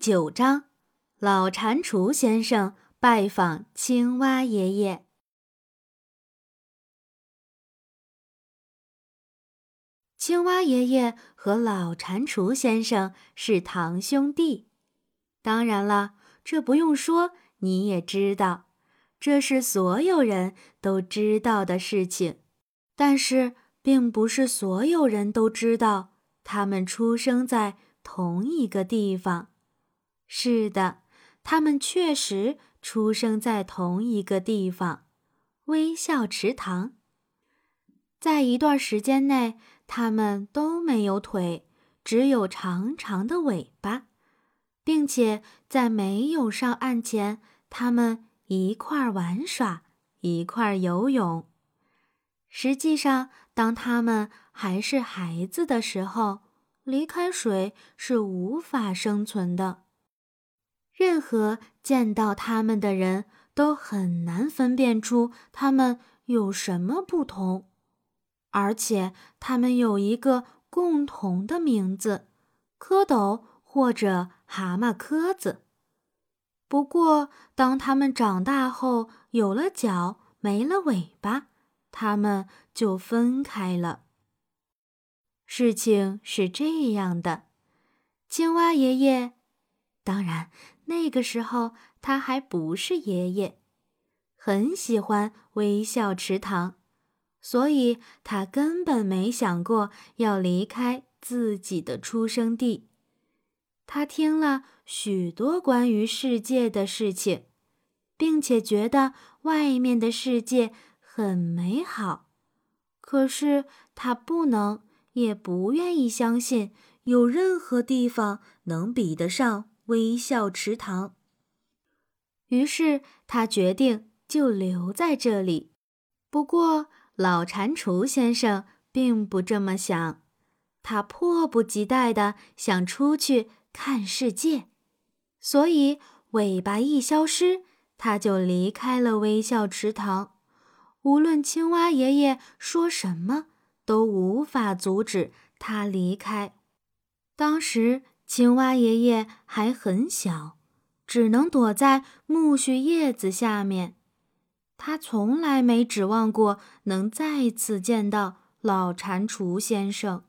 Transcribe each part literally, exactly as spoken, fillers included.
九章，老蟾蜍先生拜访青蛙爷爷。青蛙爷爷和老蟾蜍先生是堂兄弟。当然了，这不用说，你也知道，这是所有人都知道的事情。但是，并不是所有人都知道，他们出生在同一个地方。是的，他们确实出生在同一个地方——微笑池塘。在一段时间内，他们都没有腿，只有长长的尾巴，并且在没有上岸前，他们一块玩耍，一块游泳。实际上，当他们还是孩子的时候，离开水是无法生存的。任何见到他们的人都很难分辨出他们有什么不同，而且他们有一个共同的名字——蝌蚪或者蛤蟆壳子。不过，当他们长大后，有了脚，没了尾巴，他们就分开了。事情是这样的，青蛙爷爷，当然，那个时候他还不是爷爷，很喜欢微笑池塘，所以他根本没想过要离开自己的出生地。他听了许多关于世界的事情，并且觉得外面的世界很美好。可是他不能，也不愿意相信有任何地方能比得上微笑池塘。于是他决定就留在这里。不过老蟾蜍先生并不这么想，他迫不及待地想出去看世界，所以尾巴一消失，他就离开了微笑池塘。无论青蛙爷爷说什么，都无法阻止他离开。当时青蛙爷爷还很小，只能躲在苜蓿叶子下面。他从来没指望过能再次见到老蟾蜍先生。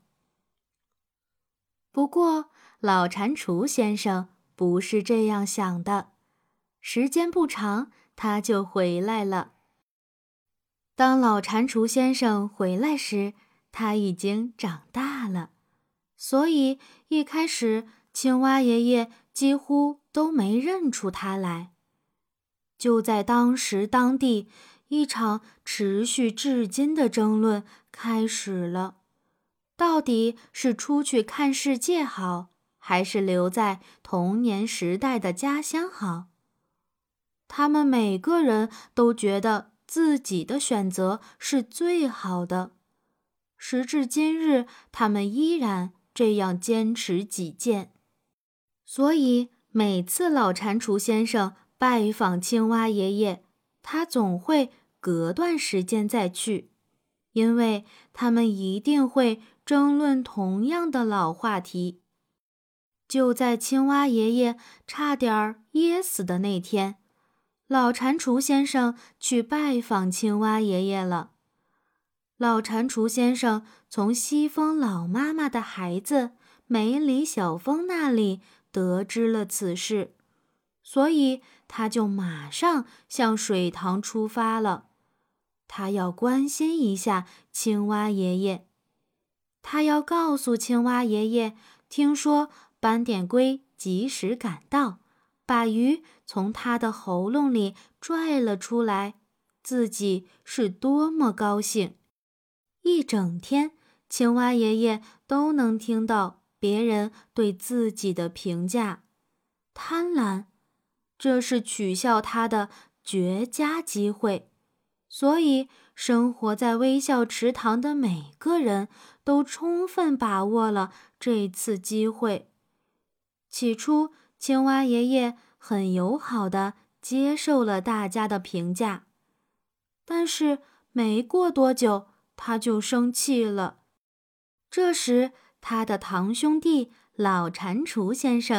不过，老蟾蜍先生不是这样想的。时间不长，他就回来了。当老蟾蜍先生回来时，他已经长大了，所以一开始青蛙爷爷几乎都没认出他来。就在当时当地，一场持续至今的争论开始了。到底是出去看世界好，还是留在童年时代的家乡好？他们每个人都觉得自己的选择是最好的。时至今日，他们依然这样坚持己见。所以，每次老蟾蜍先生拜访青蛙爷爷，他总会隔段时间再去，因为他们一定会争论同样的老话题。就在青蛙爷爷差点噎死的那天，老蟾蜍先生去拜访青蛙爷爷了。老蟾蜍先生从西风老妈妈的孩子梅里小风那里得知了此事，所以他就马上向水塘出发了。他要关心一下青蛙爷爷，他要告诉青蛙爷爷，听说斑点龟及时赶到，把鱼从他的喉咙里拽了出来，自己是多么高兴。一整天，青蛙爷爷都能听到别人对自己的评价：贪婪，这是取笑他的绝佳机会。所以，生活在微笑池塘的每个人都充分把握了这次机会。起初，青蛙爷爷很友好地接受了大家的评价，但是没过多久，他就生气了。这时，他的堂兄弟老蟾蜍先生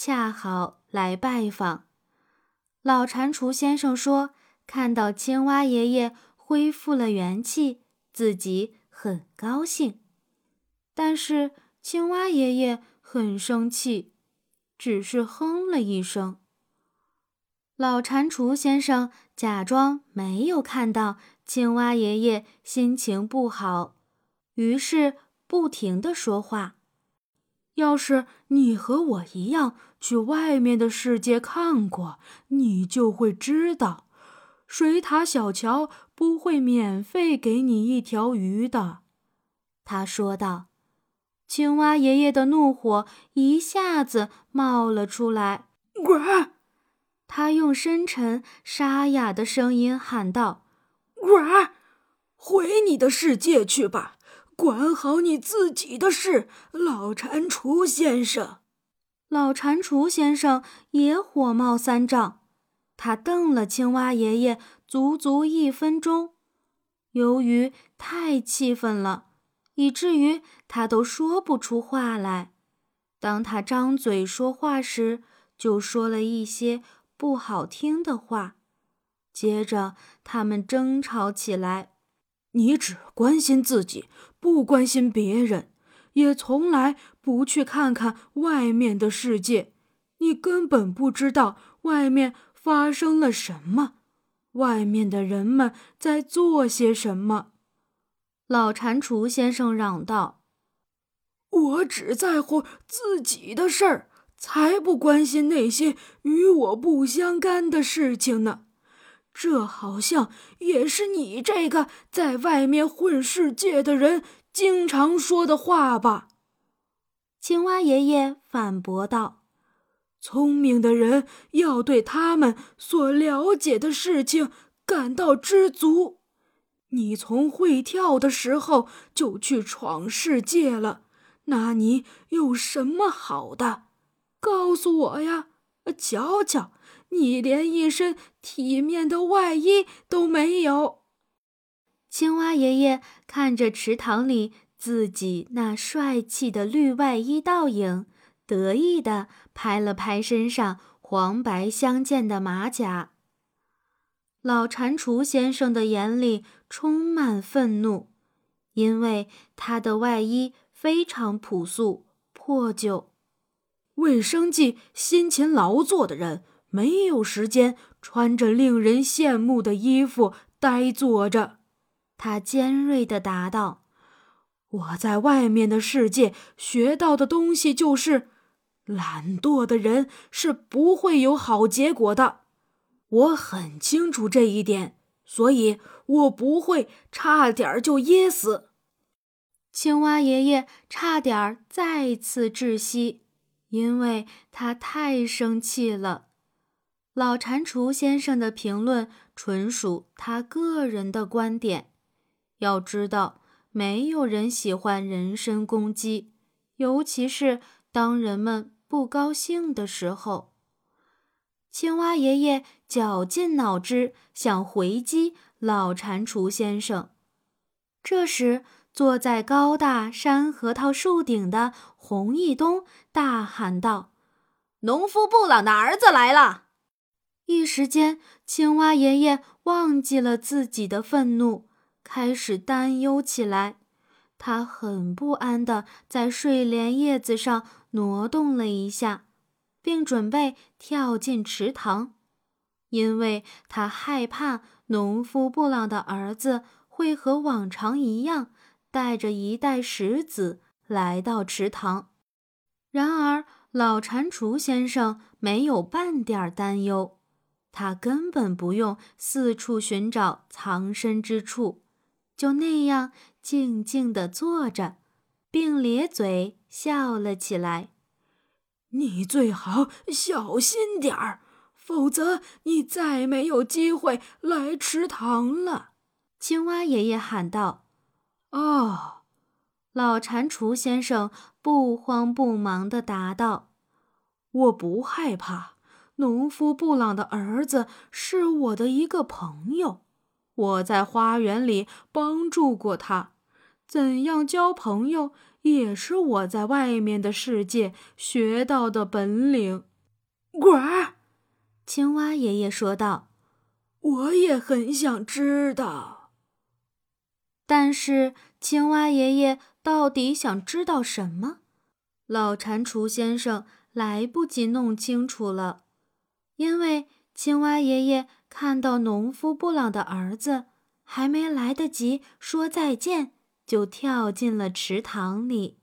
恰好来拜访。老蟾蜍先生说，看到青蛙爷爷恢复了元气，自己很高兴。但是青蛙爷爷很生气，只是哼了一声。老蟾蜍先生假装没有看到青蛙爷爷心情不好，于是不停地说话。要是你和我一样去外面的世界看过，你就会知道，水獭小乔不会免费给你一条鱼的，他说道。青蛙爷爷的怒火一下子冒了出来，呱！他用深沉沙哑的声音喊道：呱！回你的世界去吧，管好你自己的事，老蟾蜍先生。老蟾蜍先生也火冒三丈，他瞪了青蛙爷爷足足一分钟。由于太气愤了，以至于他都说不出话来。当他张嘴说话时，就说了一些不好听的话。接着他们争吵起来。你只关心自己，不关心别人，也从来不去看看外面的世界。你根本不知道外面发生了什么，外面的人们在做些什么。老蟾蜍先生嚷道：我只在乎自己的事儿，才不关心那些与我不相干的事情呢。这好像也是你这个在外面混世界的人经常说的话吧？青蛙爷爷反驳道：聪明的人要对他们所了解的事情感到知足。你从会跳的时候就去闯世界了，那你有什么好的？告诉我呀，瞧瞧，你连一身体面的外衣都没有。青蛙爷爷看着池塘里自己那帅气的绿外衣倒影，得意地拍了拍身上黄白相间的马甲。老蟾蜍先生的眼里充满愤怒，因为他的外衣非常朴素破旧。为生计辛勤劳作的人没有时间穿着令人羡慕的衣服呆坐着，他尖锐地答道。我在外面的世界学到的东西就是，懒惰的人是不会有好结果的。我很清楚这一点，所以我不会差点就噎死。青蛙爷爷差点再次窒息，因为他太生气了。老蟾蜍先生的评论纯属他个人的观点。要知道，没有人喜欢人身攻击，尤其是当人们不高兴的时候。青蛙爷爷绞尽脑汁想回击老蟾蜍先生。这时，坐在高大山核桃树顶的红翼东大喊道：农夫布朗的儿子来了！一时间，青蛙爷爷忘记了自己的愤怒，开始担忧起来。他很不安地在睡莲叶子上挪动了一下，并准备跳进池塘，因为他害怕农夫布朗的儿子会和往常一样带着一袋石子来到池塘。然而老蟾蜍先生没有半点担忧，他根本不用四处寻找藏身之处，就那样静静地坐着，并咧嘴笑了起来。你最好小心点儿，否则你再没有机会来池塘了，青蛙爷爷喊道。哦，老蟾蜍先生不慌不忙地答道。我不害怕，农夫布朗的儿子是我的一个朋友，我在花园里帮助过他。怎样交朋友，也是我在外面的世界学到的本领。 呱！ 青蛙爷爷说道：“ 我也很想知道。” 但是青蛙爷爷到底想知道什么？老蟾蜍先生来不及弄清楚了，因为青蛙爷爷看到农夫布朗的儿子，还没来得及说再见，就跳进了池塘里。